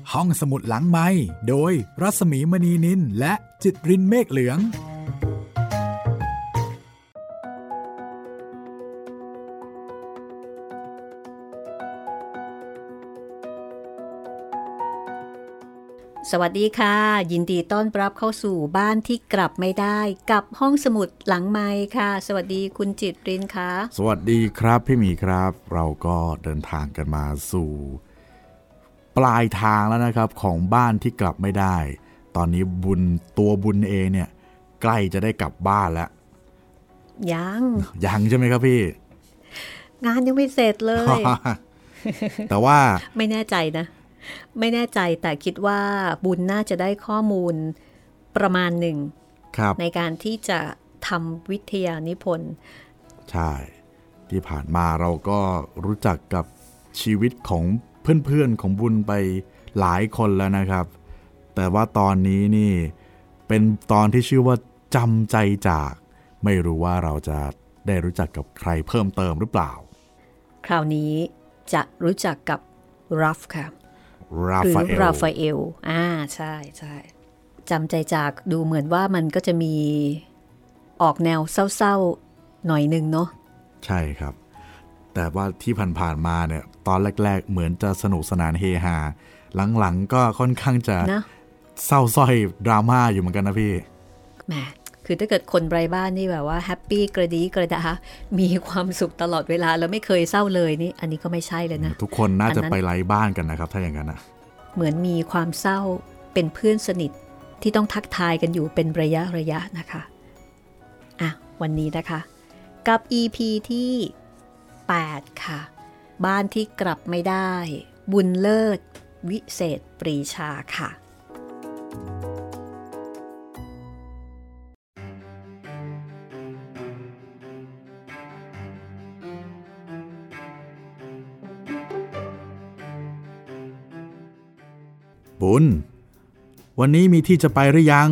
ห้องสมุดหลังไมค์โดยรัศมีมณีนินและจิตรินเมฆเหลืองสวัสดีค่ะยินดีต้อนรับเข้าสู่บ้านที่กลับไม่ได้กับห้องสมุดหลังไมค์ค่ะสวัสดีคุณจิตรินค่ะสวัสดีครับพี่หมีครับเราก็เดินทางกันมาสู่ปลายทางแล้วนะครับของบ้านที่กลับไม่ได้ตอนนี้ตัวบุญเองเนี่ยใกล้จะได้กลับบ้านแล้วยังใช่ไหมครับพี่งานยังไม่เสร็จเลยแต่ว่าไม่แน่ใจนะไม่แน่ใจแต่คิดว่าบุญน่าจะได้ข้อมูลประมาณหนึ่งในการที่จะทำวิทยานิพนธ์ใช่ที่ผ่านมาเราก็รู้จักกับชีวิตของเพื่อนๆของบุญไปหลายคนแล้วนะครับแต่ว่าตอนนี้นี่เป็นตอนที่ชื่อว่าจำใจจากไม่รู้ว่าเราจะได้รู้จักกับใครเพิ่มเติมหรือเปล่าคราวนี้จะรู้จักกับรัฟค่ะราฟาเอลใช่ใช่จำใจจากดูเหมือนว่ามันก็จะมีออกแนวเศร้าๆหน่อยนึงเนาะใช่ครับแต่ว่าที่ผ่านๆมาเนี่ยตอนแรกๆเหมือนจะสนุกสนานเฮฮาหลังๆก็ค่อนข้างจะเศร้าส้อยดราม่าอยู่เหมือนกันนะพี่แหมคือถ้าเกิดคนไร้บ้านนี่แบบว่าแฮปปี้กระดีกระดามีความสุขตลอดเวลาแล้วไม่เคยเศร้าเลยนี่อันนี้ก็ไม่ใช่เลยนะทุกคนน่าจะไปไร้บ้านกันนะครับถ้าอย่างนั้นนะเหมือนมีความเศร้าเป็นเพื่อนสนิทที่ต้องทักทายกันอยู่เป็นระยะนะคะวันนี้นะคะกับ EP ที่8ค่ะบ้านที่กลับไม่ได้บุญเลิศวิเศษปรีชาค่ะบุญวันนี้มีที่จะไปหรือยัง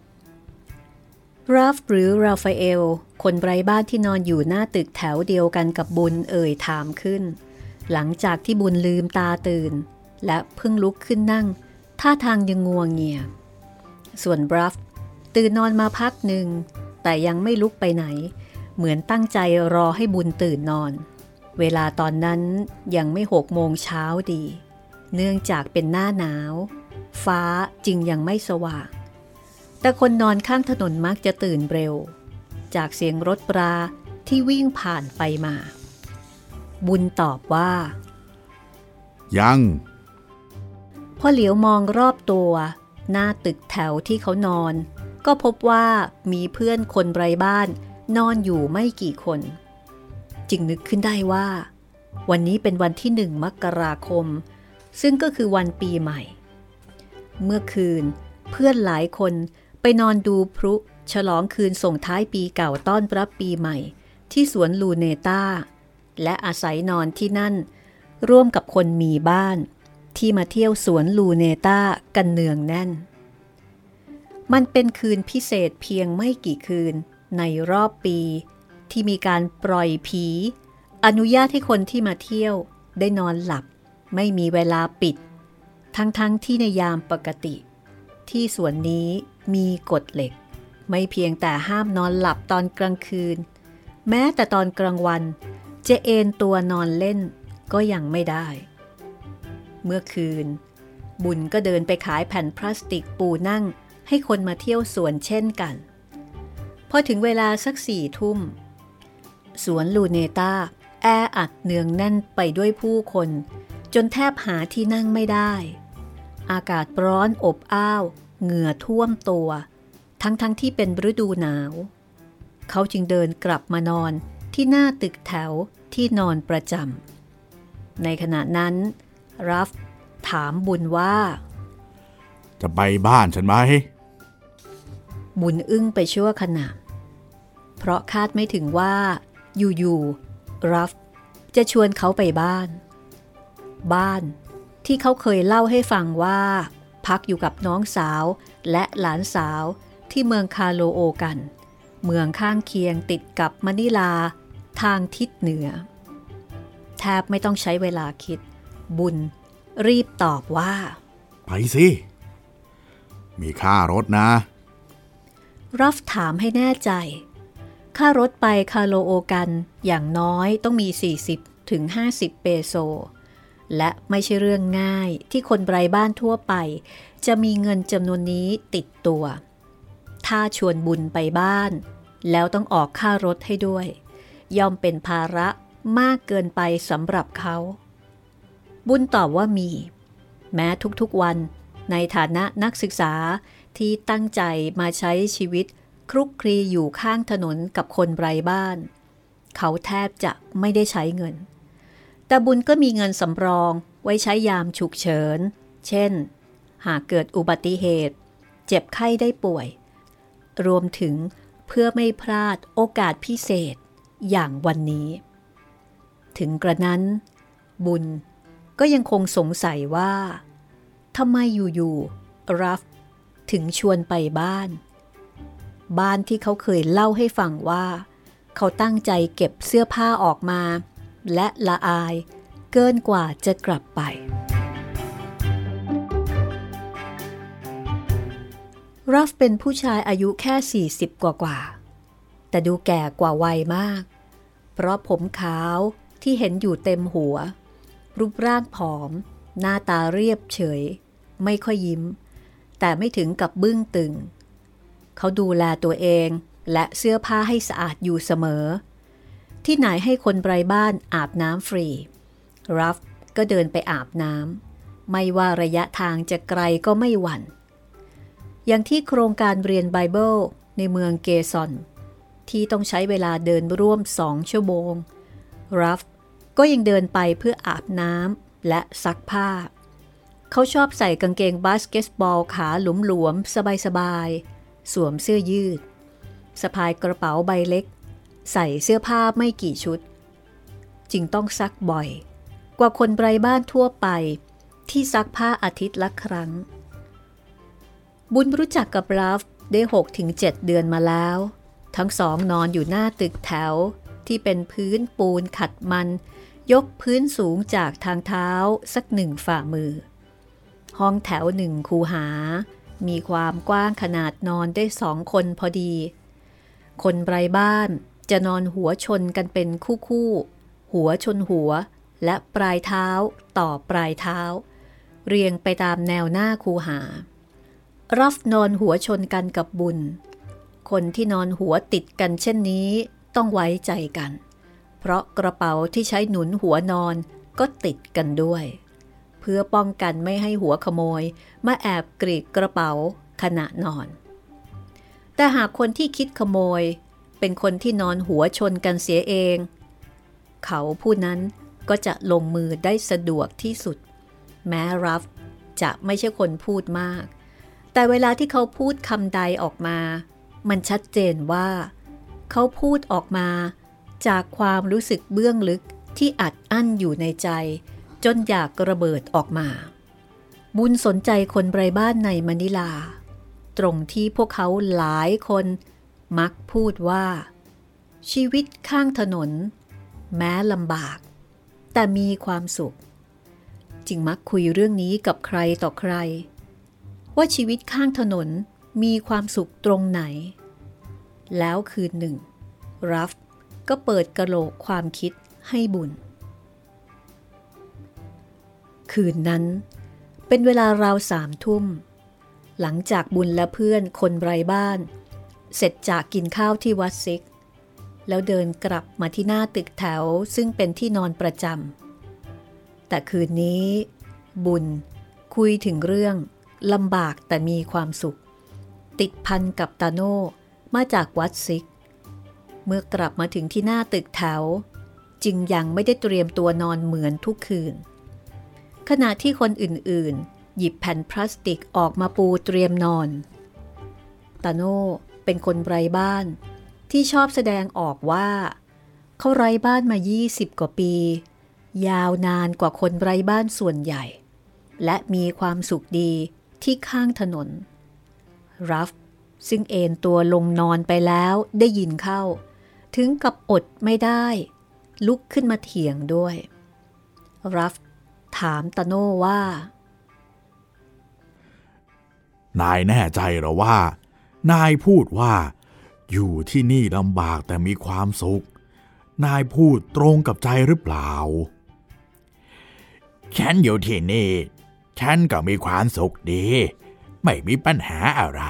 ราฟหรือราฟาเอลคนไร้บ้านที่นอนอยู่หน้าตึกแถวเดียวกันกับบุญถามขึ้นหลังจากที่บุญลืมตาตื่นและเพิ่งลุกขึ้นนั่งท่าทางยังงัวเงียส่วนราฟตื่นนอนมาพักหนึ่งแต่ยังไม่ลุกไปไหนเหมือนตั้งใจรอให้บุญตื่นนอนเวลาตอนนั้นยังไม่6 โมงเช้าดีเนื่องจากเป็นหน้าหนาวฟ้าจึงยังไม่สว่างแต่คนนอนข้างถนนมักจะตื่นเร็วจากเสียงรถราที่วิ่งผ่านไปมาบุญตอบว่ายังพอเหลียวมองรอบตัวหน้าตึกแถวที่เขานอนก็พบว่ามีเพื่อนคนไร้บ้านนอนอยู่ไม่กี่คนจึงนึกขึ้นได้ว่าวันนี้เป็นวันที่1 มกราคมซึ่งก็คือวันปีใหม่เมื่อคืนเพื่อนหลายคนไปนอนดูพลุฉลองคืนส่งท้ายปีเก่าต้อนรับปีใหม่ที่สวนลูเนต้าและอาศัยนอนที่นั่นร่วมกับคนมีบ้านที่มาเที่ยวสวนลูเนต้ากันเนืองแน่นมันเป็นคืนพิเศษเพียงไม่กี่คืนในรอบปีที่มีการปล่อยผีอนุญาตให้คนที่มาเที่ยวได้นอนหลับไม่มีเวลาปิดทั้งที่ในยามปกติที่สวนนี้มีกฎเหล็กไม่เพียงแต่ห้ามนอนหลับตอนกลางคืนแม้แต่ตอนกลางวันจะเอนตัวนอนเล่นก็ยังไม่ได้เมื่อคืนบุญก็เดินไปขายแผ่นพลาสติกปูนั่งให้คนมาเที่ยวสวนเช่นกันพอถึงเวลาสัก4 ทุ่มสวนลูเนต้าแออัดเนืองแน่นไปด้วยผู้คนจนแทบหาที่นั่งไม่ได้อากาศร้อนอบอ้าวเหงื่อท่วมตัวทั้งที่เป็นฤดูหนาวเขาจึงเดินกลับมานอนที่หน้าตึกแถวที่นอนประจำในขณะนั้นรัฟถามบุญว่าจะไปบ้านฉันไหมบุญอึ้งไปชั่วขณะเพราะคาดไม่ถึงว่าอยู่ๆรัฟจะชวนเขาไปบ้านที่เขาเคยเล่าให้ฟังว่าพักอยู่กับน้องสาวและหลานสาวที่เมืองคาโลโอกันเมืองข้างเคียงติดกับมะนิลาทางทิศเหนือแทบไม่ต้องใช้เวลาคิดบุญรีบตอบว่าไปสิมีค่ารถนะรัฟถามให้แน่ใจค่ารถไปคาโลโอกันอย่างน้อยต้องมี40 ถึง 50 เปโซและไม่ใช่เรื่องง่ายที่คนไร้บ้านทั่วไปจะมีเงินจำนวนนี้ติดตัวถ้าชวนบุญไปบ้านแล้วต้องออกค่ารถให้ด้วยย่อมเป็นภาระมากเกินไปสำหรับเขาบุญตอบว่ามีแม้ทุกๆวันในฐานะนักศึกษาที่ตั้งใจมาใช้ชีวิตคลุกคลีอยู่ข้างถนนกับคนไร้บ้านเขาแทบจะไม่ได้ใช้เงินแต่บุญก็มีเงินสำรองไว้ใช้ยามฉุกเฉินเช่นหากเกิดอุบัติเหตุเจ็บไข้ได้ป่วยรวมถึงเพื่อไม่พลาดโอกาสพิเศษอย่างวันนี้ถึงกระนั้นบุญก็ยังคงสงสัยว่าทำไมอยู่ๆรัฟถึงชวนไปบ้านที่เขาเคยเล่าให้ฟังว่าเขาตั้งใจเก็บเสื้อผ้าออกมาและละอายเกินกว่าจะกลับไปรัฟเป็นผู้ชายอายุแค่40กว่าแต่ดูแก่กว่าวัยมากเพราะผมขาวที่เห็นอยู่เต็มหัวรูปร่างผอมหน้าตาเรียบเฉยไม่ค่อยยิ้มแต่ไม่ถึงกับบึ้งตึงเขาดูแลตัวเองและเสื้อผ้าให้สะอาดอยู่เสมอที่ไหนให้คนไร้บ้านอาบน้ำฟรีรัฟก็เดินไปอาบน้ำไม่ว่าระยะทางจะไกลก็ไม่หวั่นอย่างที่โครงการเรียนไบเบิลในเมืองเกซอนที่ต้องใช้เวลาเดินร่วม2 ชั่วโมงรัฟก็ยังเดินไปเพื่ออาบน้ำและซักผ้าเขาชอบใส่กางเกงบาสเกตบอลขาหลวมๆสบายๆสวมเสื้อยืดสะพายกระเป๋าใบเล็กใส่เสื้อผ้าไม่กี่ชุดจึงต้องซักบ่อยกว่าคนไร้บ้านทั่วไปที่ซักผ้าอาทิตย์ละครั้งบุญรู้จักกับรัฟได้ 6-7 เดือนมาแล้วทั้งสองนอนอยู่หน้าตึกแถวที่เป็นพื้นปูนขัดมันยกพื้นสูงจากทางเท้าสัก1 ฝ่ามือห้องแถว1 คูหามีความกว้างขนาดนอนได้2 คนพอดีคนไร้บ้านจะนอนหัวชนกันเป็นคู่หัวชนหัวและปลายเท้าต่อปลายเท้าเรียงไปตามแนวหน้าคูหารัฟนอนหัวชนกันกับบุญคนที่นอนหัวติดกันเช่นนี้ต้องไว้ใจกันเพราะกระเป๋าที่ใช้หนุนหัวนอนก็ติดกันด้วยเพื่อป้องกันไม่ให้หัวขโมยมาแอบกรีดกระเป๋าขณะนอนแต่หากคนที่คิดขโมยเป็นคนที่นอนหัวชนกันเสียเองเขาผู้นั้นก็จะลงมือได้สะดวกที่สุดแม้รัฟจะไม่ใช่คนพูดมากแต่เวลาที่เขาพูดคำใดออกมามันชัดเจนว่าเขาพูดออกมาจากความรู้สึกเบื้องลึกที่อัดอั้นอยู่ในใจจนอยากระเบิดออกมาบุญสนใจคนไร้บ้านในมะนิลาตรงที่พวกเขาหลายคนมักพูดว่าชีวิตข้างถนนแม้ลำบากแต่มีความสุขจึงมักคุยเรื่องนี้กับใครต่อใครว่าชีวิตข้างถนนมีความสุขตรงไหนแล้วคืนหนึ่งรัฟก็เปิดกะโหลกความคิดให้บุญคืนนั้นเป็นเวลาราว3 ทุ่มหลังจากบุญและเพื่อนคนไร้บ้านเสร็จจากกินข้าวที่วัดซิกแล้วเดินกลับมาที่หน้าตึกแถวซึ่งเป็นที่นอนประจำแต่คืนนี้บุญคุยถึงเรื่องลำบากแต่มีความสุขติดพันกับตาโน่มาจากวัดซิกเมื่อกลับมาถึงที่หน้าตึกแถวจึงยังไม่ได้เตรียมตัวนอนเหมือนทุกคืนขณะที่คนอื่นๆหยิบแผ่นพลาสติกออกมาปูเตรียมนอนตาโน่เป็นคนไร้บ้านที่ชอบแสดงออกว่าเขาไร้บ้านมา20 กว่าปียาวนานกว่าคนไร้บ้านส่วนใหญ่และมีความสุขดีที่ข้างถนนรัฟซึ่งเอนตัวลงนอนไปแล้วได้ยินเข้าถึงกับอดไม่ได้ลุกขึ้นมาเถียงด้วยรัฟถามตาโน่ว่านายแน่ใจหรอว่านายพูดว่าอยู่ที่นี่ลำบากแต่มีความสุขนายพูดตรงกับใจหรือเปล่าฉันอยู่ที่นี่ฉันก็มีความสุขดีไม่มีปัญหาอะไร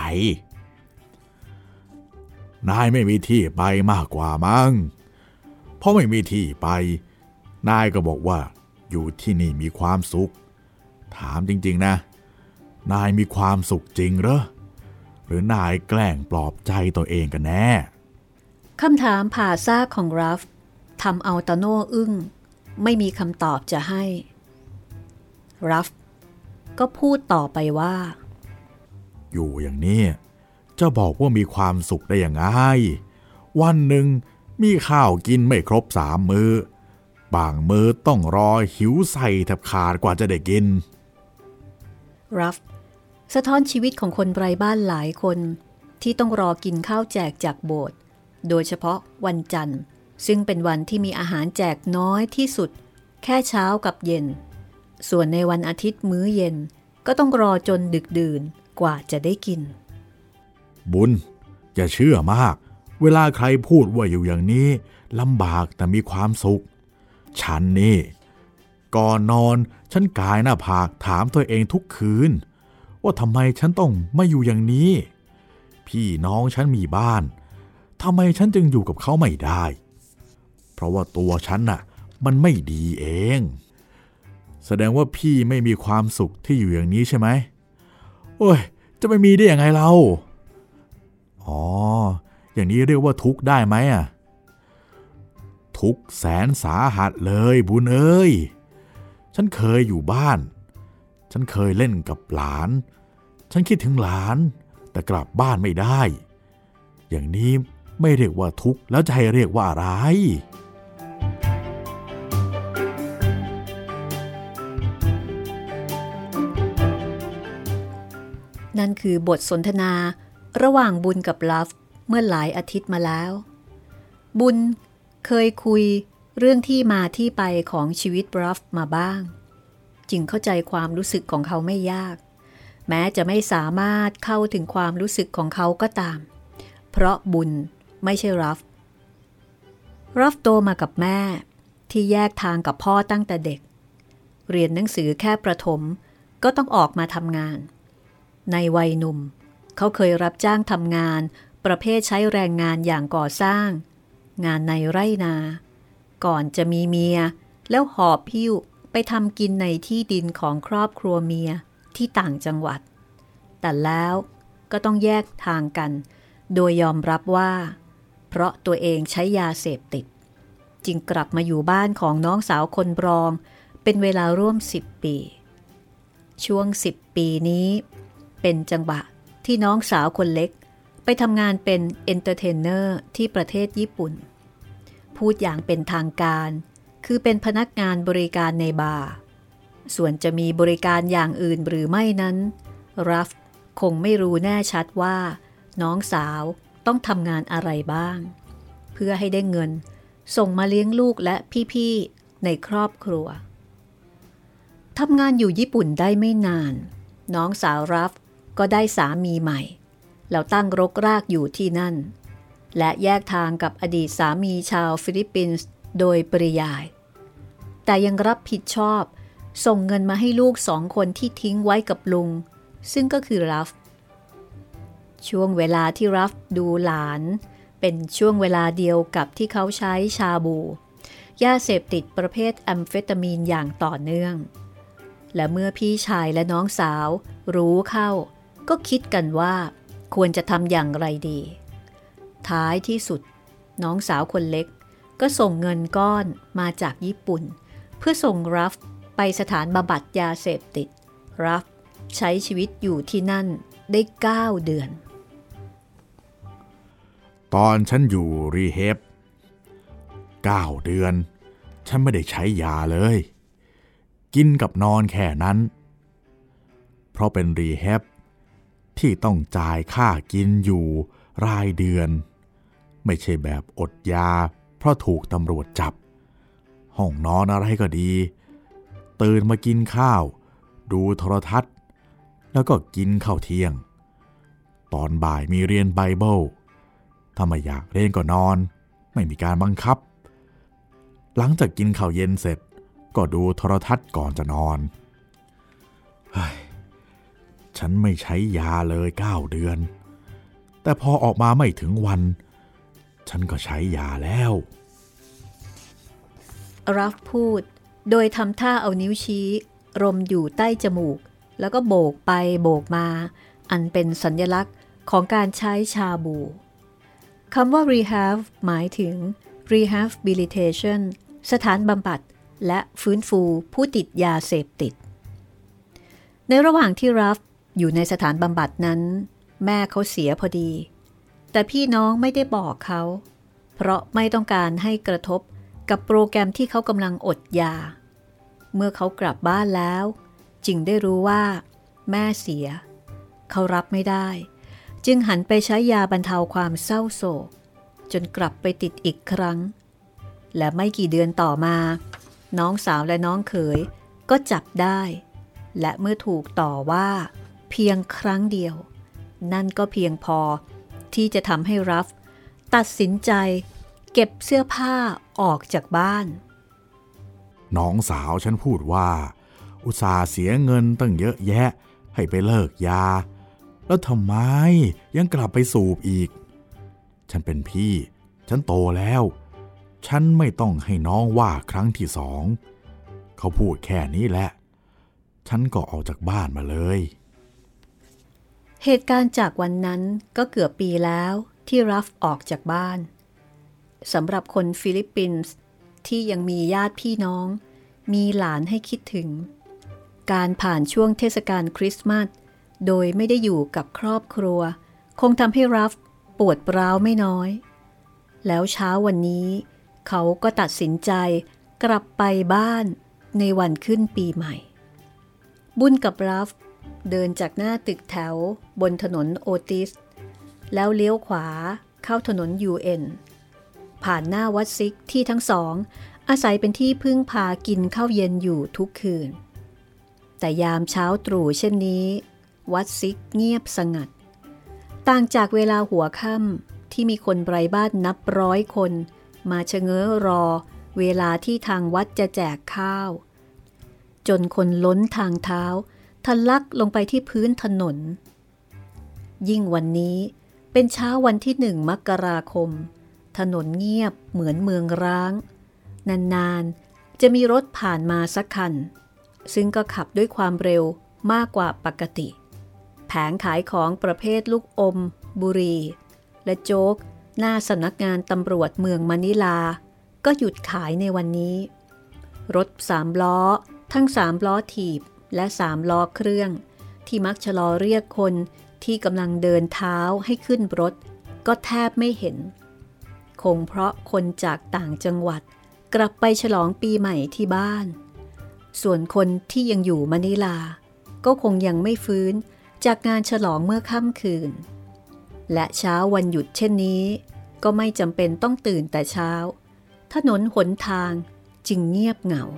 นายไม่มีที่ไปมากกว่ามั้งเพราะไม่มีที่ไปนายก็บอกว่าอยู่ที่นี่มีความสุขถามจริงๆนะนายมีความสุขจริงเหรอหรือนายแกล้งปลอบใจตัวเองกันแน่คำถามผ่าซากของรัฟทำเอาตาโน่อึ้งไม่มีคำตอบจะให้รัฟก็พูดต่อไปว่าอยู่อย่างนี้จะบอกว่ามีความสุขได้อย่างไรวันหนึ่งมีข้าวกินไม่ครบ3 มื้อบางมื้อต้องรอหิวใส่แทบขาดกว่าจะได้กินรัฟสะท้อนชีวิตของคนไร้บ้านหลายคนที่ต้องรอกินข้าวแจกจากโบสถ์โดยเฉพาะวันจันทร์ซึ่งเป็นวันที่มีอาหารแจกน้อยที่สุดแค่เช้ากับเย็นส่วนในวันอาทิตย์มื้อเย็นก็ต้องรอจนดึกดื่นกว่าจะได้กินบุญอย่าเชื่อมากเวลาใครพูดว่าอยู่อย่างนี้ลำบากแต่มีความสุขฉันนี่ก่อนนอนฉันกายหน้าผากถามตัวเองทุกคืนว่าทำไมฉันต้องมาอยู่อย่างนี้พี่น้องฉันมีบ้านทำไมฉันจึงอยู่กับเขาไม่ได้เพราะว่าตัวฉันน่ะมันไม่ดีเองแสดงว่าพี่ไม่มีความสุขที่อยู่อย่างนี้ใช่ไหมโอ้ยจะไม่มีได้ยังไงเราอ๋ออย่างนี้เรียกว่าทุกข์ได้ไหมอ่ะทุกข์แสนสาหัสเลยบุญเอ้ยฉันเคยอยู่บ้านฉันเคยเล่นกับหลานฉันคิดถึงหลานแต่กลับบ้านไม่ได้อย่างนี้ไม่เรียกว่าทุกข์แล้วจะให้เรียกว่าอะไรนั่นคือบทสนทนาระหว่างบุญกับลัฟเมื่อหลายอาทิตย์มาแล้วบุญเคยคุยเรื่องที่มาที่ไปของชีวิตลัฟมาบ้างจึงเข้าใจความรู้สึกของเขาไม่ยากแม้จะไม่สามารถเข้าถึงความรู้สึกของเขาก็ตามเพราะบุญไม่ใช่ลัฟโตมากับแม่ที่แยกทางกับพ่อตั้งแต่เด็กเรียนหนังสือแค่ประถมก็ต้องออกมาทำงานในวัยหนุ่มเขาเคยรับจ้างทำงานประเภทใช้แรงงานอย่างก่อสร้างงานในไร่นาก่อนจะมีเมียแล้วหอบหิ้วไปทำกินในที่ดินของครอบครัวเมียที่ต่างจังหวัดแต่แล้วก็ต้องแยกทางกันโดยยอมรับว่าเพราะตัวเองใช้ยาเสพติดจึงกลับมาอยู่บ้านของน้องสาวคนรองเป็นเวลาร่วม10 ปีช่วง10 ปีนี้เป็นจังหวะที่น้องสาวคนเล็กไปทำงานเป็นเอนเตอร์เทนเนอร์ที่ประเทศญี่ปุ่นพูดอย่างเป็นทางการคือเป็นพนักงานบริการในบาร์ส่วนจะมีบริการอย่างอื่นหรือไม่นั้นรัฟคงไม่รู้แน่ชัดว่าน้องสาวต้องทำงานอะไรบ้างเพื่อให้ได้เงินส่งมาเลี้ยงลูกและพี่ๆในครอบครัวทำงานอยู่ญี่ปุ่นได้ไม่นานน้องสาวรัฟก็ได้สามีใหม่แล้วตั้งรกรากอยู่ที่นั่นและแยกทางกับอดีตสามีชาวฟิลิปปินส์โดยปริยายแต่ยังรับผิดชอบส่งเงินมาให้ลูก2 คนที่ทิ้งไว้กับลุงซึ่งก็คือรัฟช่วงเวลาที่รัฟดูหลานเป็นช่วงเวลาเดียวกับที่เขาใช้ชาบูยาเสพติดประเภทแอมเฟตามีนอย่างต่อเนื่องและเมื่อพี่ชายและน้องสาวรู้เข้าก็คิดกันว่าควรจะทำอย่างไรดีท้ายที่สุดน้องสาวคนเล็กก็ส่งเงินก้อนมาจากญี่ปุ่นเพื่อส่งรัฟไปสถานบำบัดยาเสพติดรัฟใช้ชีวิตอยู่ที่นั่นได้9 เดือนตอนฉันอยู่รีเฮบ9 เดือนฉันไม่ได้ใช้ยาเลยกินกับนอนแค่นั้นเพราะเป็นรีเฮบที่ต้องจ่ายค่ากินอยู่รายเดือนไม่ใช่แบบอดยาเพราะถูกตำรวจจับห้องนอนอะไรก็ดีตื่นมากินข้าวดูโทรทัศน์แล้วก็กินข้าวเที่ยงตอนบ่ายมีเรียนไบเบิลถ้าไม่อยากเรียนก็นอนไม่มีการบังคับหลังจากกินข้าวเย็นเสร็จก็ดูโทรทัศน์ก่อนจะนอนฉันไม่ใช้ยาเลย9 เดือนแต่พอออกมาไม่ถึงวันฉันก็ใช้ยาแล้วรัฟพูดโดยทำท่าเอานิ้วชี้รมอยู่ใต้จมูกแล้วก็โบกไปโบกมาอันเป็นสัญลักษณ์ของการใช้ชาบูคำว่า rehab หมายถึง rehabilitation สถานบำบัดและฟื้นฟูผู้ติดยาเสพติดในระหว่างที่รัฟอยู่ในสถานบำบัดนั้นแม่เขาเสียพอดีแต่พี่น้องไม่ได้บอกเขาเพราะไม่ต้องการให้กระทบกับโปรแกรมที่เขากำลังอดยาเมื่อเขากลับบ้านแล้วจึงได้รู้ว่าแม่เสียเขารับไม่ได้จึงหันไปใช้ยาบรรเทาความเศร้าโศกจนกลับไปติดอีกครั้งและไม่กี่เดือนต่อมาน้องสาวและน้องเขยก็จับได้และเมื่อถูกต่อว่าเพียงครั้งเดียวนั่นก็เพียงพอที่จะทำให้รัฟตัดสินใจเก็บเสื้อผ้าออกจากบ้านน้องสาวฉันพูดว่าอุตส่าห์เสียเงินตั้งเยอะแยะให้ไปเลิกยาแล้วทำไมยังกลับไปสูบอีกฉันเป็นพี่ฉันโตแล้วฉันไม่ต้องให้น้องว่าครั้งที่2เขาพูดแค่นี้แหละฉันก็ออกจากบ้านมาเลยเหตุการณ์จากวันนั้นก็เกือบปีแล้วที่รัฟออกจากบ้านสำหรับคนฟิลิปปินส์ที่ยังมีญาติพี่น้องมีหลานให้คิดถึงการผ่านช่วงเทศกาลคริสต์มาสโดยไม่ได้อยู่กับครอบครัวคงทำให้รัฟปวดร้าวไม่น้อยแล้วเช้าวันนี้เขาก็ตัดสินใจกลับไปบ้านในวันขึ้นปีใหม่บุญกับรัฟเดินจากหน้าตึกแถวบนถนนโอติสแล้วเลี้ยวขวาเข้าถนน UN ผ่านหน้าวัดซิกที่ทั้งสองอาศัยเป็นที่พึ่งพากินข้าวเย็นอยู่ทุกคืนแต่ยามเช้าตรู่เช่นนี้วัดซิกเงียบสงัดต่างจากเวลาหัวค่ำที่มีคนไร้บ้านนับ100 คนมาชะเง้อรอเวลาที่ทางวัดจะแจกข้าวจนคนล้นทางเท้าทะลักลงไปที่พื้นถนนยิ่งวันนี้เป็นเช้าวันที่1 มกราคมถนนเงียบเหมือนเมืองร้างนานๆจะมีรถผ่านมาสักคันซึ่งก็ขับด้วยความเร็วมากกว่าปกติแผงขายของประเภทลูกอมบุหรี่และโจ๊กหน้าสำนักงานตำรวจเมืองมะนิลาก็หยุดขายในวันนี้รถ3 ล้อทั้ง3 ล้อถีบและ3 ล้อเครื่องที่มักชะลอเรียกคนที่กำลังเดินเท้าให้ขึ้นรถก็แทบไม่เห็นคงเพราะคนจากต่างจังหวัดกลับไปฉลองปีใหม่ที่บ้านส่วนคนที่ยังอยู่มะนิลาก็คงยังไม่ฟื้นจากงานฉลองเมื่อค่ำคืนและเช้าวันหยุดเช่นนี้ก็ไม่จำเป็นต้องตื่นแต่เช้าถนนหนทางจึงเงียบเหงา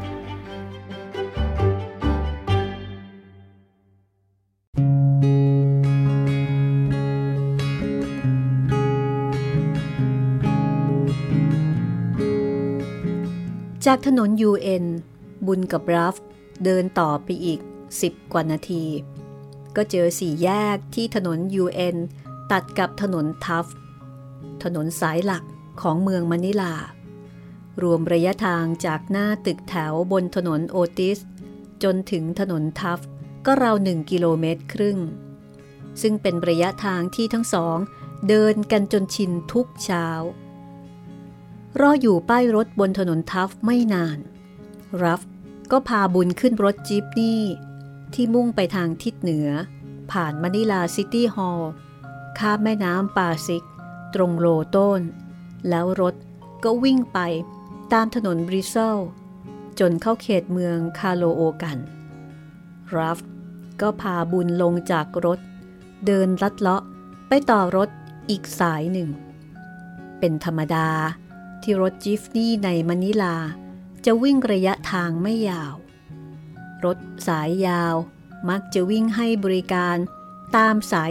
จากถนน UN บุญกับรัฟเดินต่อไปอีก10 กว่านาทีก็เจอ4 แยกที่ถนน UN ตัดกับถนนทัฟถนนสายหลักของเมืองมะนิลารวมระยะทางจากหน้าตึกแถวบนถนนโอติสจนถึงถนนทัฟก็ราว1 กิโลเมตรครึ่งซึ่งเป็นระยะทางที่ทั้งสองเดินกันจนชินทุกเช้ารออยู่ป้ายรถบนถนนทัฟไม่นานรัฟก็พาบุญขึ้นรถจี๊ปนี่ที่มุ่งไปทางทิศเหนือผ่านมะนิลาซิตี้ฮอลล์ข้ามแม่น้ำปาซิกตรงโลโต้นแล้วรถก็วิ่งไปตามถนนบริเซลจนเข้าเขตเมืองคาโลโอกันรัฟก็พาบุญลงจากรถเดินลัดเลาะไปต่อรถอีกสายหนึ่งเป็นธรรมดาที่รถจิฟนี่ในมะนิลาจะวิ่งระยะทางไม่ยาวรถสายยาวมักจะวิ่งให้บริการตามสายหลัก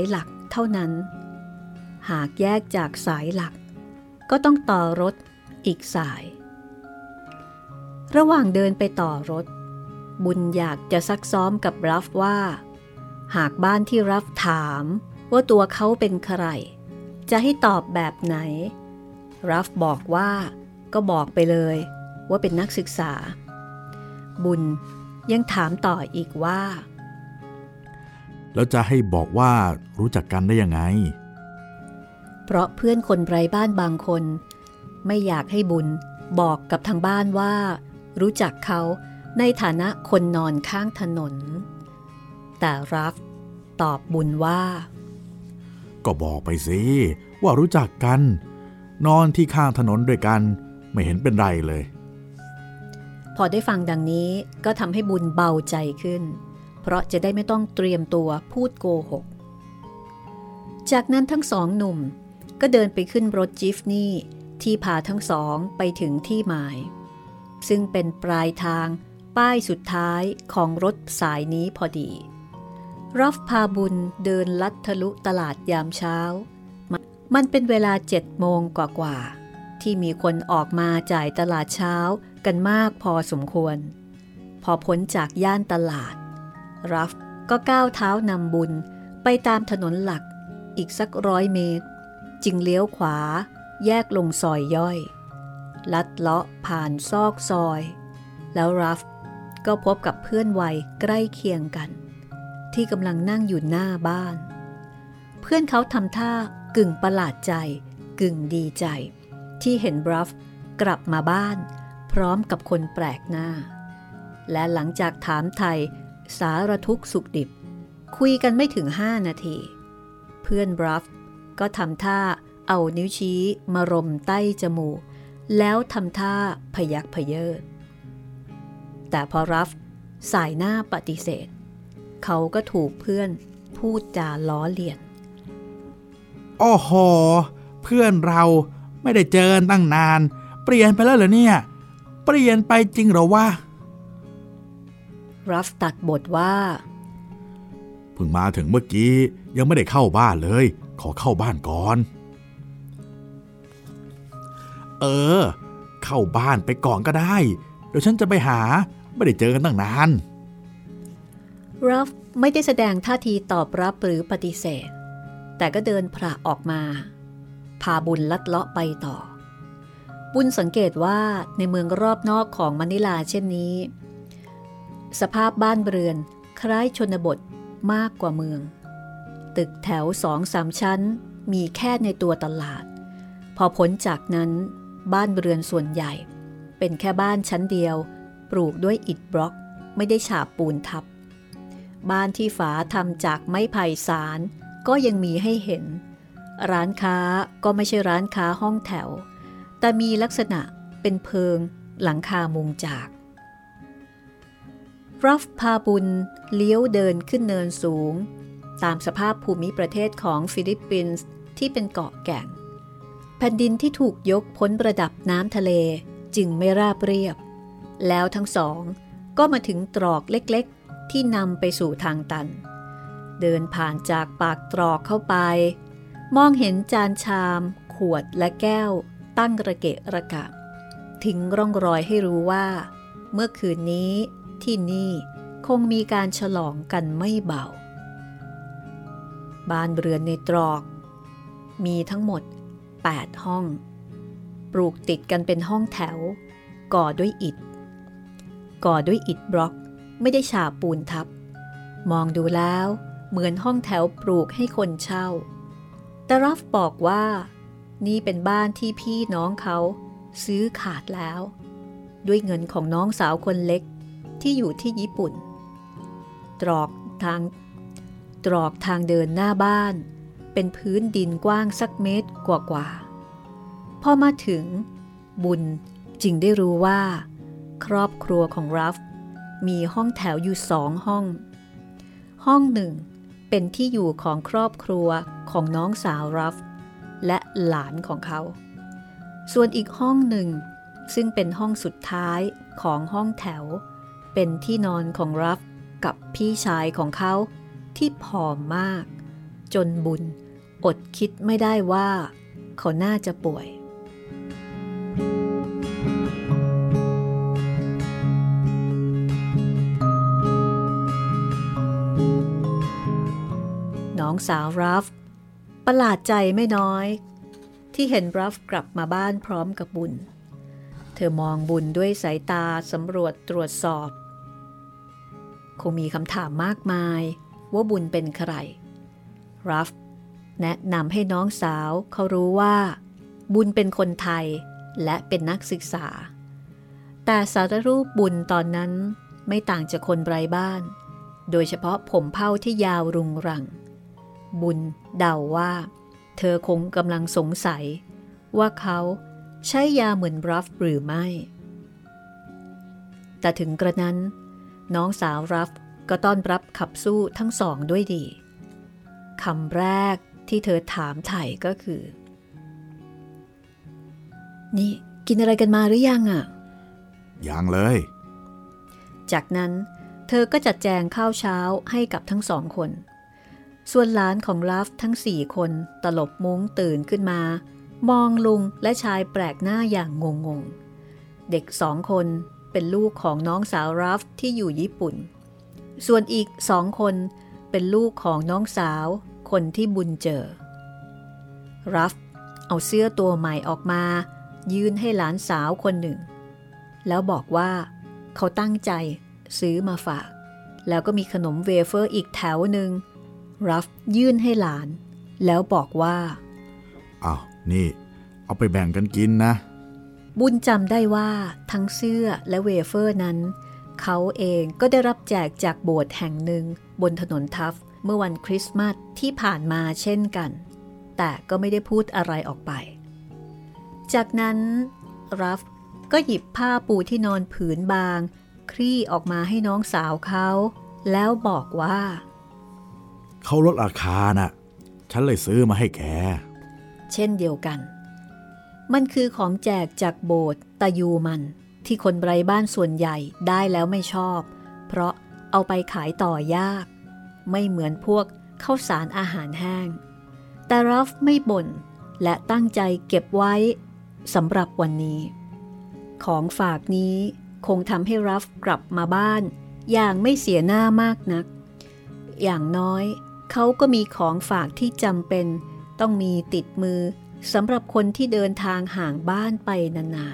เท่านั้นหากแยกจากสายหลักก็ต้องต่อรถอีกสายระหว่างเดินไปต่อรถบุญอยากจะซักซ้อมกับรัฟว่าหากบ้านที่รัฟถามว่าตัวเขาเป็นใครจะให้ตอบแบบไหนรัฟบอกว่าก็บอกไปเลยว่าเป็นนักศึกษาบุญยังถามต่ออีกว่าแล้วจะให้บอกว่ารู้จักกันได้ยังไงเพราะเพื่อนคนไร้บ้านบางคนไม่อยากให้บุญบอกกับทางบ้านว่ารู้จักเขาในฐานะคนนอนข้างถนนแต่รัฟตอบบุญว่าก็บอกไปสิว่ารู้จักกันนอนที่ข้างถนนด้วยกันไม่เห็นเป็นไรเลยพอได้ฟังดังนี้ก็ทำให้บุญเบาใจขึ้นเพราะจะได้ไม่ต้องเตรียมตัวพูดโกหกจากนั้นทั้งสองหนุ่มก็เดินไปขึ้นรถจิฟนี่ที่พาทั้งสองไปถึงที่หมายซึ่งเป็นปลายทางป้ายสุดท้ายของรถสายนี้พอดีรัฟพาบุญเดินลัดทะลุตลาดยามเช้ามันเป็นเวลา7 โมงกว่าที่มีคนออกมาจ่ายตลาดเช้ากันมากพอสมควรพอพ้นจากย่านตลาดรัฟก็ก้าวเท้านำบุญไปตามถนนหลักอีกสัก100 เมตรจึงเลี้ยวขวาแยกลงซอยย่อยลัดเลาะผ่านซอกซอยแล้วรัฟก็พบกับเพื่อนวัยใกล้เคียงกันที่กำลังนั่งอยู่หน้าบ้านเพื่อนเขาทำท่ากึ่งประหลาดใจกึ่งดีใจที่เห็นรัฟกลับมาบ้านพร้อมกับคนแปลกหน้าและหลังจากถามไทยสารทุกข์สุขดิบคุยกันไม่ถึง5 นาทีเพื่อนรัฟก็ทำท่าเอานิ้วชี้มารมใต้จมูกแล้วทำท่าพยักพเยิดแต่พอรัฟสายหน้าปฏิเสธเขาก็ถูกเพื่อนพูดจาล้อเลียนโอ้โหเพื่อนเราไม่ได้เจอตั้งนานเปลี่ยนไปแล้วเหรอเนี่ยเปลี่ยนไปจริงเหรอวะรัฟตัดบทว่าเพิ่งมาถึงเมื่อกี้ยังไม่ได้เข้าบ้านเลยขอเข้าบ้านก่อนเข้าบ้านไปก่อนก็ได้เดี๋ยวฉันจะไปหาไม่ได้เจอกันตั้งนานรัฟไม่ได้แสดงท่าทีตอบรับหรือปฏิเสธแต่ก็เดินพระออกมาพาบุญลัดเลาะไปต่อบุญสังเกตว่าในเมืองรอบนอกของมะนิลาเช่นนี้สภาพบ้านเรือนคล้ายชนบทมากกว่าเมืองตึกแถว 2-3 ชั้นมีแค่ในตัวตลาดพอพ้นจากนั้นบ้านเรือนส่วนใหญ่เป็นแค่บ้านชั้นเดียวปลูกด้วยอิฐบล็อกไม่ได้ฉาบปูนทับบ้านที่ฝาทำจากไม้ไผ่สารก็ยังมีให้เห็นร้านค้าก็ไม่ใช่ร้านค้าห้องแถวแต่มีลักษณะเป็นเพิงหลังคามุงจากรัฟพาบุญเลี้ยวเดินขึ้นเนินสูงตามสภาพภูมิประเทศของฟิลิปปินส์ที่เป็นเกาะแก่งแผ่นดินที่ถูกยกพ้นระดับน้ำทะเลจึงไม่ราบเรียบแล้วทั้งสองก็มาถึงตรอกเล็กๆที่นำไปสู่ทางตันเดินผ่านจากปากตรอกเข้าไปมองเห็นจานชามขวดและแก้วตั้งระเกะระกะทิ้งร่องรอยให้รู้ว่าเมื่อคืนนี้ที่นี่คงมีการฉลองกันไม่เบาบ้านเรือนในตรอกมีทั้งหมด8 ห้องปลูกติดกันเป็นห้องแถวก่อด้วยอิฐบล็อกไม่ได้ฉาบปูนทับมองดูแล้วเหมือนห้องแถวปลูกให้คนเช่าแต่รัฟบอกว่านี่เป็นบ้านที่พี่น้องเขาซื้อขาดแล้วด้วยเงินของน้องสาวคนเล็กที่อยู่ที่ญี่ปุ่นตรอกทางเดินหน้าบ้านเป็นพื้นดินกว้างสักเมตรกว่าพอมาถึงบุญจึงได้รู้ว่าครอบครัวของรัฟมีห้องแถวอยู่2 ห้องหนึ่งเป็นที่อยู่ของครอบครัวของน้องสาวรัฟและหลานของเขาส่วนอีกห้องหนึ่งซึ่งเป็นห้องสุดท้ายของห้องแถวเป็นที่นอนของรัฟกับพี่ชายของเขาที่ผอมมากจนบุญอดคิดไม่ได้ว่าเขาน่าจะป่วยน้องสาวรัฟประหลาดใจไม่น้อยที่เห็นรัฟกลับมาบ้านพร้อมกับบุญเธอมองบุญด้วยสายตาสำรวจตรวจสอบคงมีคำถามมากมายว่าบุญเป็นใครรัฟแนะนำให้น้องสาวเขารู้ว่าบุญเป็นคนไทยและเป็นนักศึกษาแต่สารรูปบุญตอนนั้นไม่ต่างจากคนไร้บ้านโดยเฉพาะผมเผ้าที่ยาวรุงรังบุญเดาว่าเธอคงกำลังสงสัยว่าเขาใช้ยาเหมือนรัฟหรือไม่แต่ถึงกระนั้นน้องสาวรัฟก็ต้อนรับขับสู้ทั้งสองด้วยดีคำแรกที่เธอถามไถ่ก็คือนี่กินอะไรกันมาหรือยังอ่ะยังเลยจากนั้นเธอก็จัดแจงข้าวเช้าให้กับทั้งสองคนส่วนหลานของรัฟทั้ง4 คนตลบมุ้งตื่นขึ้นมามองลุงและชายแปลกหน้าอย่างงงๆเด็ก2 คนเป็นลูกของน้องสาวรัฟที่อยู่ญี่ปุ่นส่วนอีก2 คนเป็นลูกของน้องสาวคนที่บุญเจอรัฟเอาเสื้อตัวใหม่ออกมายื่นให้หลานสาวคนหนึ่งแล้วบอกว่าเขาตั้งใจซื้อมาฝากแล้วก็มีขนมเวเฟอร์อีกแถวหนึ่งรัฟยื่นให้หลานแล้วบอกว่าอ้าวนี่เอาไปแบ่งกันกินนะบุญจำได้ว่าทั้งเสื้อและเวเฟอร์นั้นเขาเองก็ได้รับแจกจากโบสถ์แห่งหนึ่งบนถนนทัฟเมื่อวันคริสต์มาสที่ผ่านมาเช่นกันแต่ก็ไม่ได้พูดอะไรออกไปจากนั้นรัฟก็หยิบผ้าปูที่นอนผืนบางคลี่ออกมาให้น้องสาวเขาแล้วบอกว่าเขาลดราคาน่ะฉันเลยซื้อมาให้แกเช่นเดียวกันมันคือของแจกจากโบสถ์ตายูมันที่คนไร้บ้านส่วนใหญ่ได้แล้วไม่ชอบเพราะเอาไปขายต่อยากไม่เหมือนพวกข้าวสารอาหารแห้งแต่รัฟไม่บ่นและตั้งใจเก็บไว้สำหรับวันนี้ของฝากนี้คงทำให้รัฟกลับมาบ้านอย่างไม่เสียหน้ามากนักอย่างน้อยเขาก็มีของฝากที่จำเป็นต้องมีติดมือสำหรับคนที่เดินทางห่างบ้านไปนาน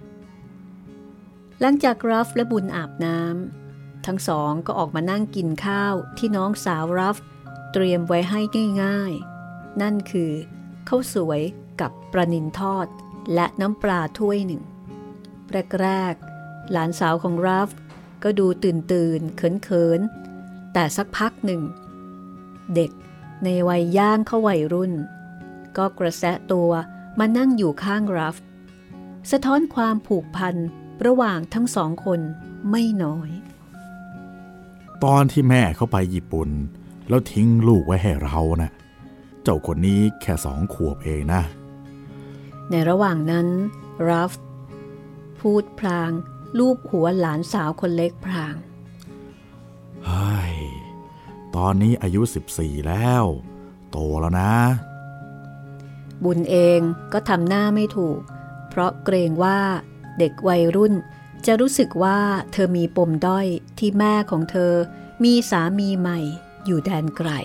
ๆหลังจากรัฟและบุญอาบน้ำทั้งสองก็ออกมานั่งกินข้าวที่น้องสาวรัฟเตรียมไว้ให้ง่ายๆนั่นคือข้าวสวยกับปลานิลทอดและน้ำปลาถ้วยหนึ่งแรกๆหลานสาวของรัฟก็ดูตื่นๆเขินๆแต่สักพักหนึ่งเด็กในวัยย่างเข้าวัยรุ่นก็กระแสะตัวมานั่งอยู่ข้างรัฟสะท้อนความผูกพันระหว่างทั้งสองคนไม่น้อยตอนที่แม่เขาไปญี่ปุ่นแล้วทิ้งลูกไว้ให้เรานะเจ้าคนนี้แค่2 ขวบเองนะในระหว่างนั้นรัฟพูดพลางลูบหัวหลานสาวคนเล็กพลางเฮ้ยตอนนี้อายุ14แล้วโตแล้วนะบุญเองก็ทำหน้าไม่ถูกเพราะเกรงว่าเด็กวัยรุ่นจะรู้สึกว่าเธอมีปมด้อยที่แม่ของเธอมีสามีใหม่อยู่แดนไกล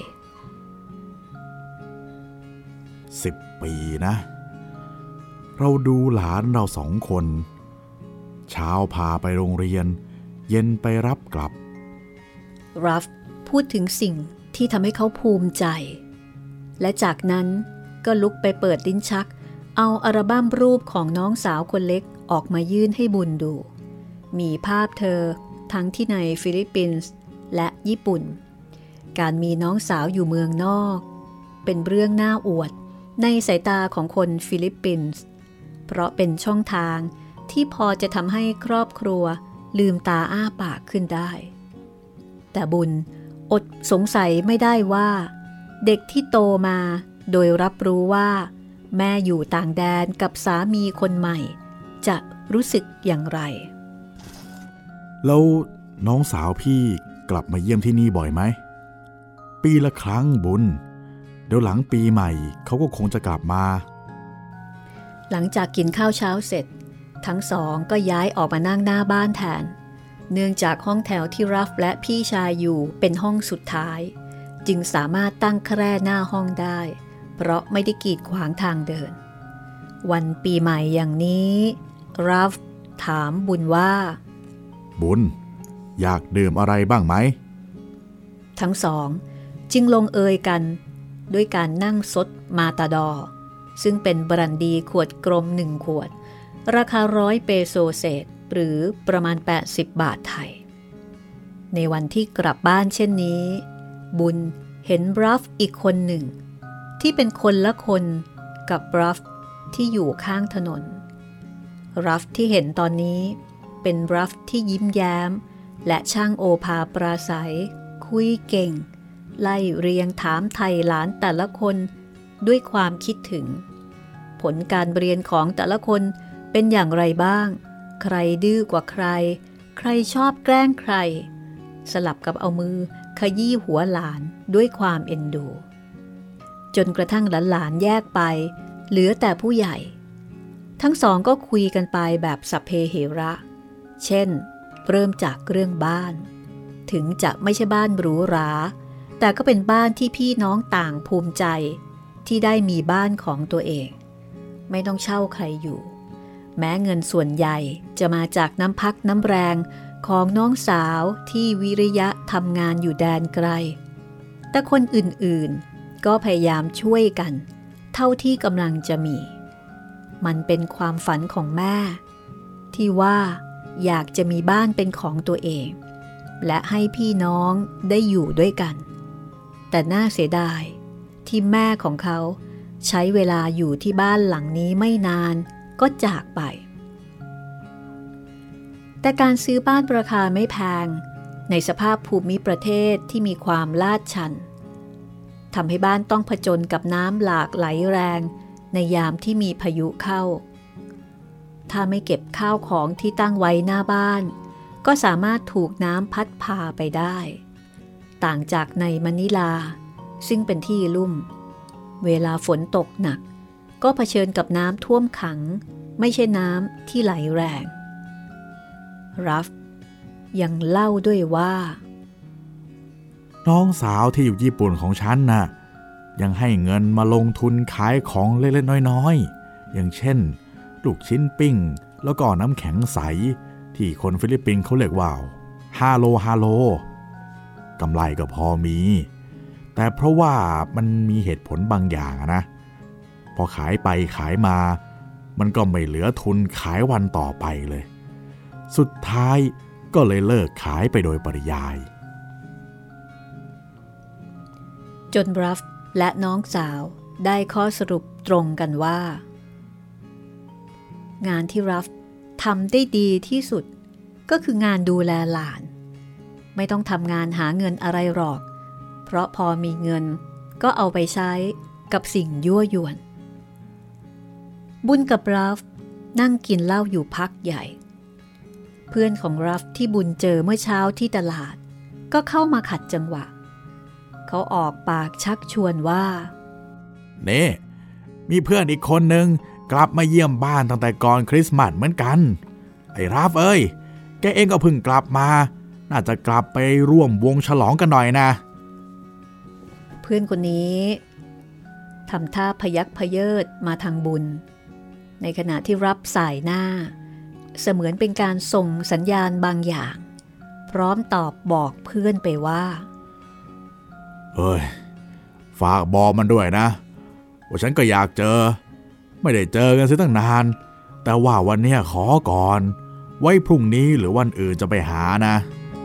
10 ปีนะเราดูหลานเรา2 คนเช้าพาไปโรงเรียนเย็นไปรับกลับรัฟพูดถึงสิ่งที่ทำให้เขาภูมิใจและจากนั้นก็ลุกไปเปิดลิ้นชักเอาอัลบั้มรูปของน้องสาวคนเล็กออกมายื่นให้บุญดูมีภาพเธอทั้งที่ในฟิลิปปินส์และญี่ปุ่นการมีน้องสาวอยู่เมืองนอกเป็นเรื่องน่าอวดในสายตาของคนฟิลิปปินส์เพราะเป็นช่องทางที่พอจะทำให้ครอบครัวลืมตาอ้าปากขึ้นได้แต่บุญอดสงสัยไม่ได้ว่าเด็กที่โตมาโดยรับรู้ว่าแม่อยู่ต่างแดนกับสามีคนใหม่จะรู้สึกอย่างไรแล้วน้องสาวพี่กลับมาเยี่ยมที่นี่บ่อยไหมปีละครั้งบุญดี๋ยวหลังปีใหม่เขาก็คงจะกลับมาหลังจากกินข้าวเช้าเสร็จทั้งสองก็ย้ายออกมานั่งหน้าบ้านแทนเนื่องจากห้องแถวที่รัฟและพี่ชายอยู่เป็นห้องสุดท้ายจึงสามารถตั้งแคร่หน้าห้องได้เพราะไม่ได้กีดขวางทางเดินวันปีใหม่อย่างนี้รัฟถามบุญว่าบุญอยากดื่มอะไรบ้างไหมทั้งสองจึงลงเอยกันด้วยการนั่งซดมาตาดอร์ซึ่งเป็นบรันดีขวดกลม1 ขวดราคา100 เปโซเศษหรือประมาณ80 บาทไทยในวันที่กลับบ้านเช่นนี้บุญเห็นบรัฟอีกคนหนึ่งที่เป็นคนละคนกับบรัฟที่อยู่ข้างถนนรัฟที่เห็นตอนนี้เป็นรัฟที่ยิ้มแย้มและช่างโอภาปราศัยคุยเก่งไล่เรียงถามไทยหลานแต่ละคนด้วยความคิดถึงผลการเรียนของแต่ละคนเป็นอย่างไรบ้างใครดื้อกว่าใครใครชอบแกล้งใครสลับกับเอามือขยี้หัวหลานด้วยความเอ็นดูจนกระทั่งหลานๆแยกไปเหลือแต่ผู้ใหญ่ทั้งสองก็คุยกันไปแบบสัพเพเหระเช่นเริ่มจากเรื่องบ้านถึงจะไม่ใช่บ้านหรูหราแต่ก็เป็นบ้านที่พี่น้องต่างภูมิใจที่ได้มีบ้านของตัวเองไม่ต้องเช่าใครอยู่แม้เงินส่วนใหญ่จะมาจากน้ำพักน้ำแรงของน้องสาวที่วิริยะทำงานอยู่แดนไกลแต่คนอื่นๆก็พยายามช่วยกันเท่าที่กำลังจะมีมันเป็นความฝันของแม่ที่ว่าอยากจะมีบ้านเป็นของตัวเองและให้พี่น้องได้อยู่ด้วยกันแต่น่าเสียดายที่แม่ของเขาใช้เวลาอยู่ที่บ้านหลังนี้ไม่นานก็จากไปแต่การซื้อบ้านราคาไม่แพงในสภาพภูมิประเทศที่มีความลาดชันทำให้บ้านต้องผจญกับน้ำหลากไหลแรงในยามที่มีพายุเข้าถ้าไม่เก็บข้าวของที่ตั้งไว้หน้าบ้านก็สามารถถูกน้ำพัดพาไปได้ต่างจากในมะนิลาซึ่งเป็นที่ลุ่มเวลาฝนตกหนักก็เผชิญกับน้ำท่วมขังไม่ใช่น้ำที่ไหลแรงรัฟยังเล่าด้วยว่าน้องสาวที่อยู่ญี่ปุ่นของฉันน่ะยังให้เงินมาลงทุนขายของเล็กๆน้อยๆอย่างเช่นลูกชิ้นปิ้งแล้วก็น้ำแข็งใสที่คนฟิลิปปินส์เขาเรียกว่าฮาโลกำไรก็พอมีแต่เพราะว่ามันมีเหตุผลบางอย่างนะพอขายไปขายมามันก็ไม่เหลือทุนขายวันต่อไปเลยสุดท้ายก็เลยเลิกขายไปโดยปริยายจนบรัฟและน้องสาวได้ข้อสรุปตรงกันว่างานที่รัฟทำได้ดีที่สุดก็คืองานดูแลหลานไม่ต้องทำงานหาเงินอะไรหรอกเพราะพอมีเงินก็เอาไปใช้กับสิ่งยั่วยวนบุญกับรัฟนั่งกินเหล้าอยู่พักใหญ่เพื่อนของรัฟที่บุญเจอเมื่อเช้าที่ตลาดก็เข้ามาขัดจังหวะเขาออกปากชักชวนว่าเน่มีเพื่อนอีกคนนึงกลับมาเยี่ยมบ้านตั้งแต่ก่อนคริสต์มาสเหมือนกันไอ้รัฟเอ้ยแกเองก็เพิ่งกลับมาน่าจะกลับไปร่วมวงฉลองกันหน่อยนะเพื่อนคนนี้ทำท่าพยักพเยิดมาทางบุญในขณะที่รับสายหน้าเสมือนเป็นการส่งสัญญาณบางอย่างพร้อมตอบบอกเพื่อนไปว่าเฮ้ยฝากบอกมันด้วยนะว่าฉันก็อยากเจอไม่ได้เจอกันซะตั้งนานแต่ว่าวันนี้ขอก่อนไว้พรุ่งนี้หรือวันอื่นจะไปหานะ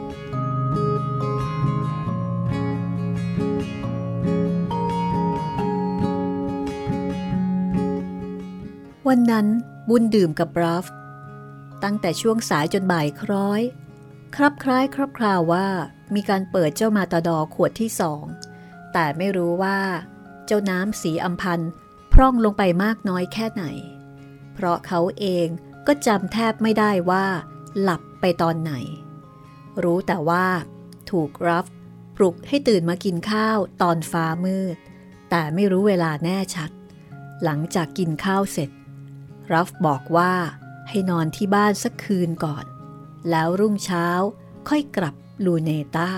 วันนั้นบุญดื่มกับบรัฟตั้งแต่ช่วงสายจนบ่ายคล้อยครับคล้ายครับคราวว่ามีการเปิดเจ้ามาตาดอขวดที่2แต่ไม่รู้ว่าเจ้าน้ำสีอัมพันธ์พร่องลงไปมากน้อยแค่ไหนเพราะเขาเองก็จำแทบไม่ได้ว่าหลับไปตอนไหนรู้แต่ว่าถูกรัฟปลุกให้ตื่นมากินข้าวตอนฟ้ามืดแต่ไม่รู้เวลาแน่ชัดหลังจากกินข้าวเสร็จรัฟบอกว่าให้นอนที่บ้านสักคืนก่อนแล้วรุ่งเช้าค่อยกลับลูเนต้า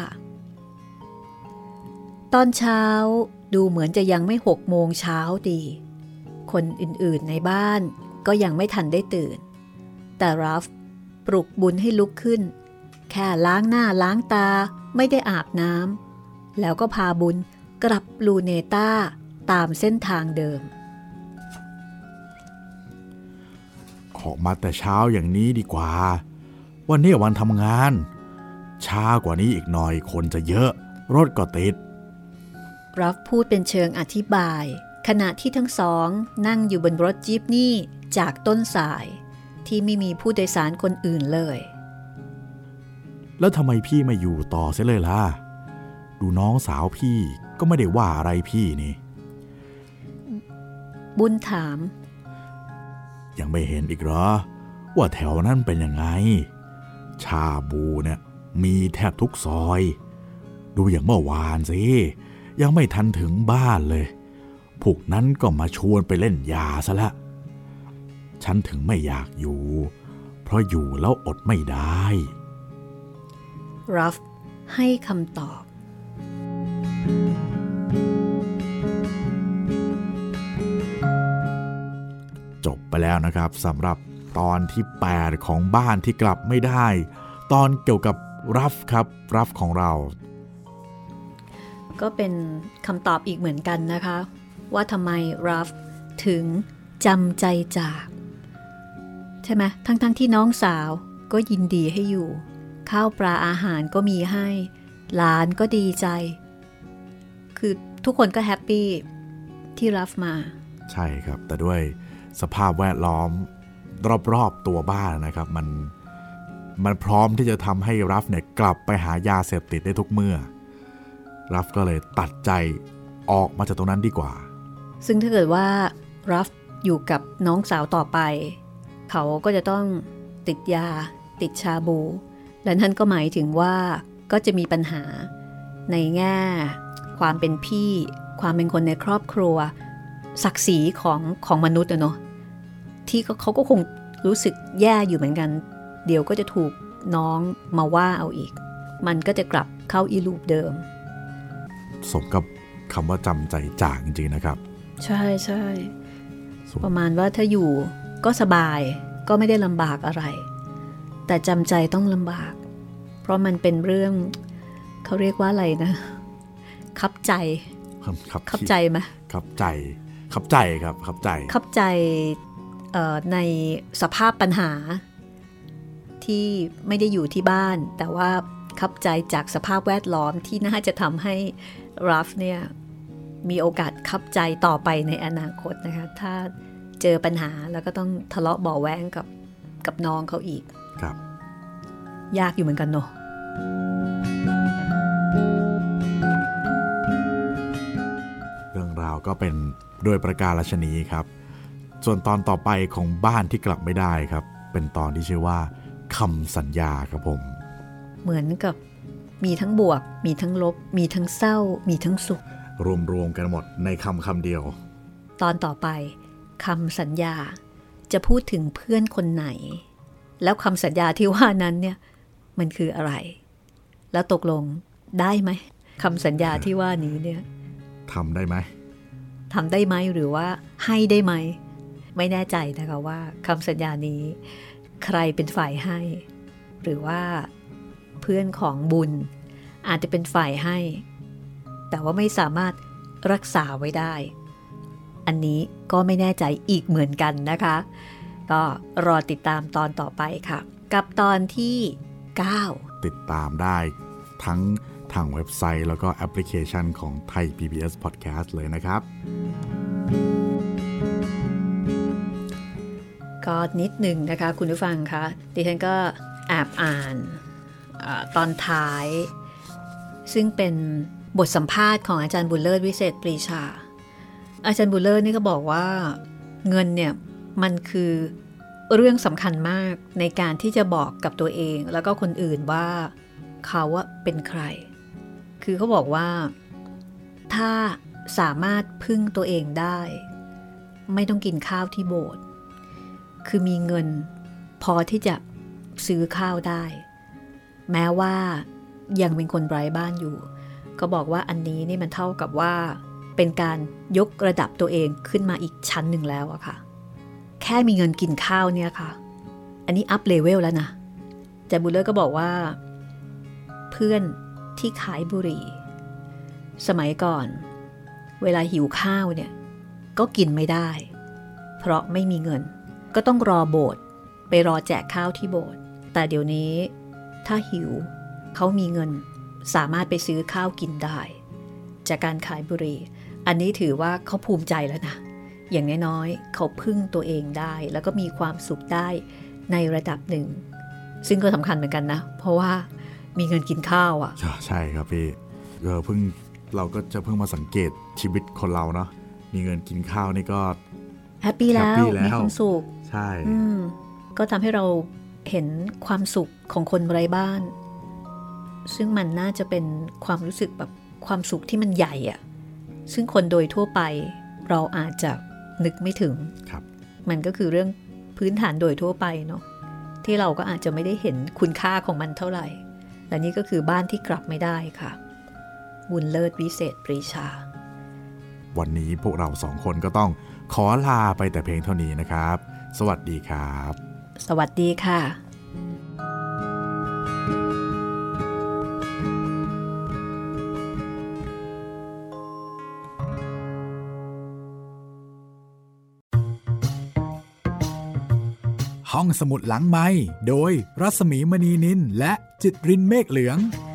ตอนเช้าดูเหมือนจะยังไม่6 โมงเช้าดีคนอื่นๆในบ้านก็ยังไม่ทันได้ตื่นแต่รัฟปลุกบุญให้ลุกขึ้นแค่ล้างหน้าล้างตาไม่ได้อาบน้ำแล้วก็พาบุญกลับลูเนต้าตามเส้นทางเดิมออกมาแต่เช้าอย่างนี้ดีกว่าวันนี้วันทำงานช้ากว่านี้อีกหน่อยคนจะเยอะรถก็ติดรัฟพูดเป็นเชิงอธิบายขณะที่ทั้งสองนั่งอยู่บนรถจีปนี่จากต้นสายที่ไม่มีผู้โดยสารคนอื่นเลยแล้วทำไมพี่ไม่อยู่ต่อเสียเลยล่ะดูน้องสาวพี่ก็ไม่ได้ว่าอะไรพี่นี่บุญถามยังไม่เห็นอีกเหรอว่าแถวนั้นเป็นยังไงชาบูเนี่ยมีแทบทุกซอยดูอย่างเมื่อวานสิยังไม่ทันถึงบ้านเลยพวกนั้นก็มาชวนไปเล่นยาซะละฉันถึงไม่อยากอยู่เพราะอยู่แล้วอดไม่ได้รัฟให้คำตอบจบไปแล้วนะครับสำหรับตอนที่8ของบ้านที่กลับไม่ได้ตอนเกี่ยวกับรัฟครับรัฟของเราก็เป็นคำตอบอีกเหมือนกันนะคะว่าทำไมรัฟถึงจำใจจากใช่ไหมทั้งที่น้องสาวก็ยินดีให้อยู่ข้าวปลาอาหารก็มีให้หลานก็ดีใจคือทุกคนก็แฮปปี้ที่รัฟมาใช่ครับแต่ด้วยสภาพแวดล้อมรอบๆตัวบ้านนะครับมันพร้อมที่จะทำให้รัฟเนี่ยกลับไปหายาเสพติดได้ทุกเมื่อรัฟก็เลยตัดใจออกมาจากตรงนั้นดีกว่าซึ่งถ้าเกิดว่ารัฟอยู่กับน้องสาวต่อไปเขาก็จะต้องติดยาติดชาบูและนั่นก็หมายถึงว่าก็จะมีปัญหาในแง่ความเป็นพี่ความเป็นคนในครอบครัวศักดิ์ศรีของมนุษย์เนาะที่เขาก็คงรู้สึกแย่อยู่เหมือนกันเดี๋ยวก็จะถูกน้องมาว่าเอาอีกมันก็จะกลับเข้าอีลูปเดิมสมกับคำว่าจำใจจากจริงๆนะครับใช่ใช่ประมาณว่าถ้าอยู่ก็สบายก็ไม่ได้ลำบากอะไรแต่จำใจต้องลำบากเพราะมันเป็นเรื่องเขาเรียกว่าอะไรนะคับใจคับใจไหมคับใจครับคับใจในสภาพปัญหาที่ไม่ได้อยู่ที่บ้านแต่ว่าคับใจจากสภาพแวดล้อมที่น่าจะทำให้รัฟเนี่ยมีโอกาสคับใจต่อไปในอนาคตนะคะถ้าเจอปัญหาแล้วก็ต้องทะเลาะเบาะแว้งกับน้องเขาอีกครับยากอยู่เหมือนกันเนาะเรื่องราวก็เป็นโดยประการฉนี้ครับส่วนตอนต่อไปของบ้านที่กลับไม่ได้ครับเป็นตอนที่ชื่อว่าคำสัญญาครับผมเหมือนกับมีทั้งบวกมีทั้งลบมีทั้งเศร้ามีทั้งสุขรวมกันหมดในคำเดียวตอนต่อไปคำสัญญาจะพูดถึงเพื่อนคนไหนแล้วคำสัญญาที่ว่านั้นเนี่ยมันคืออะไรแล้วตกลงได้ไหมคำสัญญาที่ว่านี้เนี่ยทำได้ไหมหรือว่าให้ได้ไหมไม่แน่ใจนะคะว่าคำสัญญานี้ใครเป็นฝ่ายให้หรือว่าเพื่อนของบุญอาจจะเป็นฝ่ายให้แต่ว่าไม่สามารถรักษาไว้ได้อันนี้ก็ไม่แน่ใจอีกเหมือนกันนะคะก็รอติดตามตอนต่อไปค่ะกับตอนที่9 ติดตามได้ทั้งทางเว็บไซต์แล้วก็แอปพลิเคชันของไทย PBS Podcast เลยนะครับก็นิดหนึ่งนะคะคุณผู้ฟังคะดิฉันก็แอบอ่านตอนท้ายซึ่งเป็นบทสัมภาษณ์ของอาจารย์บุญเลิศวิเศษปรีชาอาจารย์บุญเลิศนี่ก็บอกว่าเงินเนี่ยมันคือเรื่องสำคัญมากในการที่จะบอกกับตัวเองแล้วก็คนอื่นว่าเขาเป็นใครคือเขาบอกว่าถ้าสามารถพึ่งตัวเองได้ไม่ต้องกินข้าวที่โบสถ์คือมีเงินพอที่จะซื้อข้าวได้แม้ว่ายังเป็นคนไร้บ้านอยู่ก็บอกว่าอันนี้นี่มันเท่ากับว่าเป็นการยกระดับตัวเองขึ้นมาอีกชั้นหนึ่งแล้วอะค่ะแค่มีเงินกินข้าวเนี่ยค่ะอันนี้อัพเลเวลแล้วนะแต่บุลเลอร์ก็บอกว่าเพื่อนที่ขายบุหรี่สมัยก่อนเวลาหิวข้าวเนี่ยก็กินไม่ได้เพราะไม่มีเงินก็ต้องรอโบสถ์ไปรอแจกข้าวที่โบสถ์แต่เดี๋ยวนี้ถ้าหิวเขามีเงินสามารถไปซื้อข้าวกินได้จากการขายบุหรี่อันนี้ถือว่าเขาภูมิใจแล้วนะอย่างน้อยๆเขาพึ่งตัวเองได้แล้วก็มีความสุขได้ในระดับหนึ่งซึ่งก็สำคัญเหมือนกันนะเพราะว่ามีเงินกินข้าวอ่ะใช่ครับพี่เราก็จะเพิ่งมาสังเกตชีวิตคนเราเนาะมีเงินกินข้าวนี่ก็แฮปปี้แล้วมีความสุขใช่ก็ทำให้เราเห็นความสุขของคนไร้บ้านซึ่งมันน่าจะเป็นความรู้สึกแบบความสุขที่มันใหญ่อะซึ่งคนโดยทั่วไปเราอาจจะนึกไม่ถึงมันก็คือเรื่องพื้นฐานโดยทั่วไปเนาะที่เราก็อาจจะไม่ได้เห็นคุณค่าของมันเท่าไหร่และนี่ก็คือบ้านที่กลับไม่ได้ค่ะบุญเลิศวิเศษปรีชาวันนี้พวกเราสองคนก็ต้องขอลาไปแต่เพียงเท่านี้นะครับสวัสดีครับสวัสดีค่ะห้องสมุดหลังไมค์โดยรัศมีมณีนินและจิตรินเมฆเหลือง